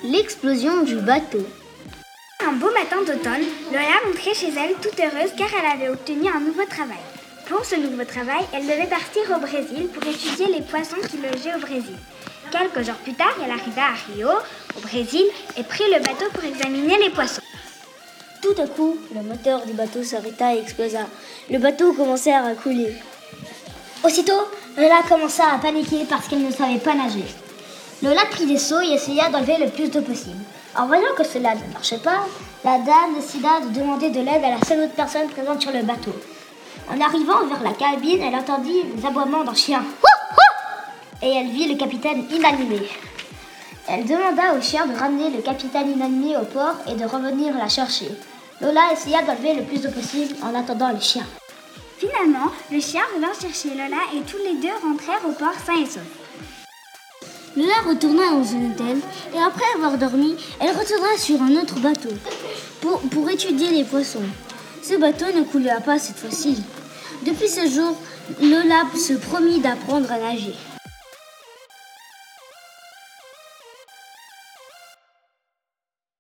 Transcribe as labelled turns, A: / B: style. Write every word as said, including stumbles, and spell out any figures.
A: L'explosion du bateau.
B: Un beau matin d'automne, Lola rentrait chez elle toute heureuse car elle avait obtenu un nouveau travail. Pour ce nouveau travail, elle devait partir au Brésil pour étudier les poissons qui logeaient au Brésil. Quelques jours plus tard, elle arriva à Rio, au Brésil, et prit le bateau pour examiner les poissons.
A: Tout à coup, le moteur du bateau s'arrêta et explosa. Le bateau commençait à couler. Aussitôt, Lola commença à paniquer parce qu'elle ne savait pas nager. Lola prit des seaux et essaya d'enlever le plus d'eau possible. En voyant que cela ne marchait pas, la dame décida de demander de l'aide à la seule autre personne présente sur le bateau. En arrivant vers la cabine, elle entendit les aboiements d'un chien. Et elle vit le capitaine inanimé. Elle demanda au chien de ramener le capitaine inanimé au port et de revenir la chercher. Lola essaya d'enlever le plus d'eau possible en attendant le chien.
B: Finalement, le chien revint chercher Lola et tous les deux rentrèrent au port sains et saufs.
A: Lola retourna dans un hôtel et après avoir dormi, elle retourna sur un autre bateau pour, pour étudier les poissons. Ce bateau ne coula pas cette fois-ci. Depuis ce jour, Lola se promit d'apprendre à nager.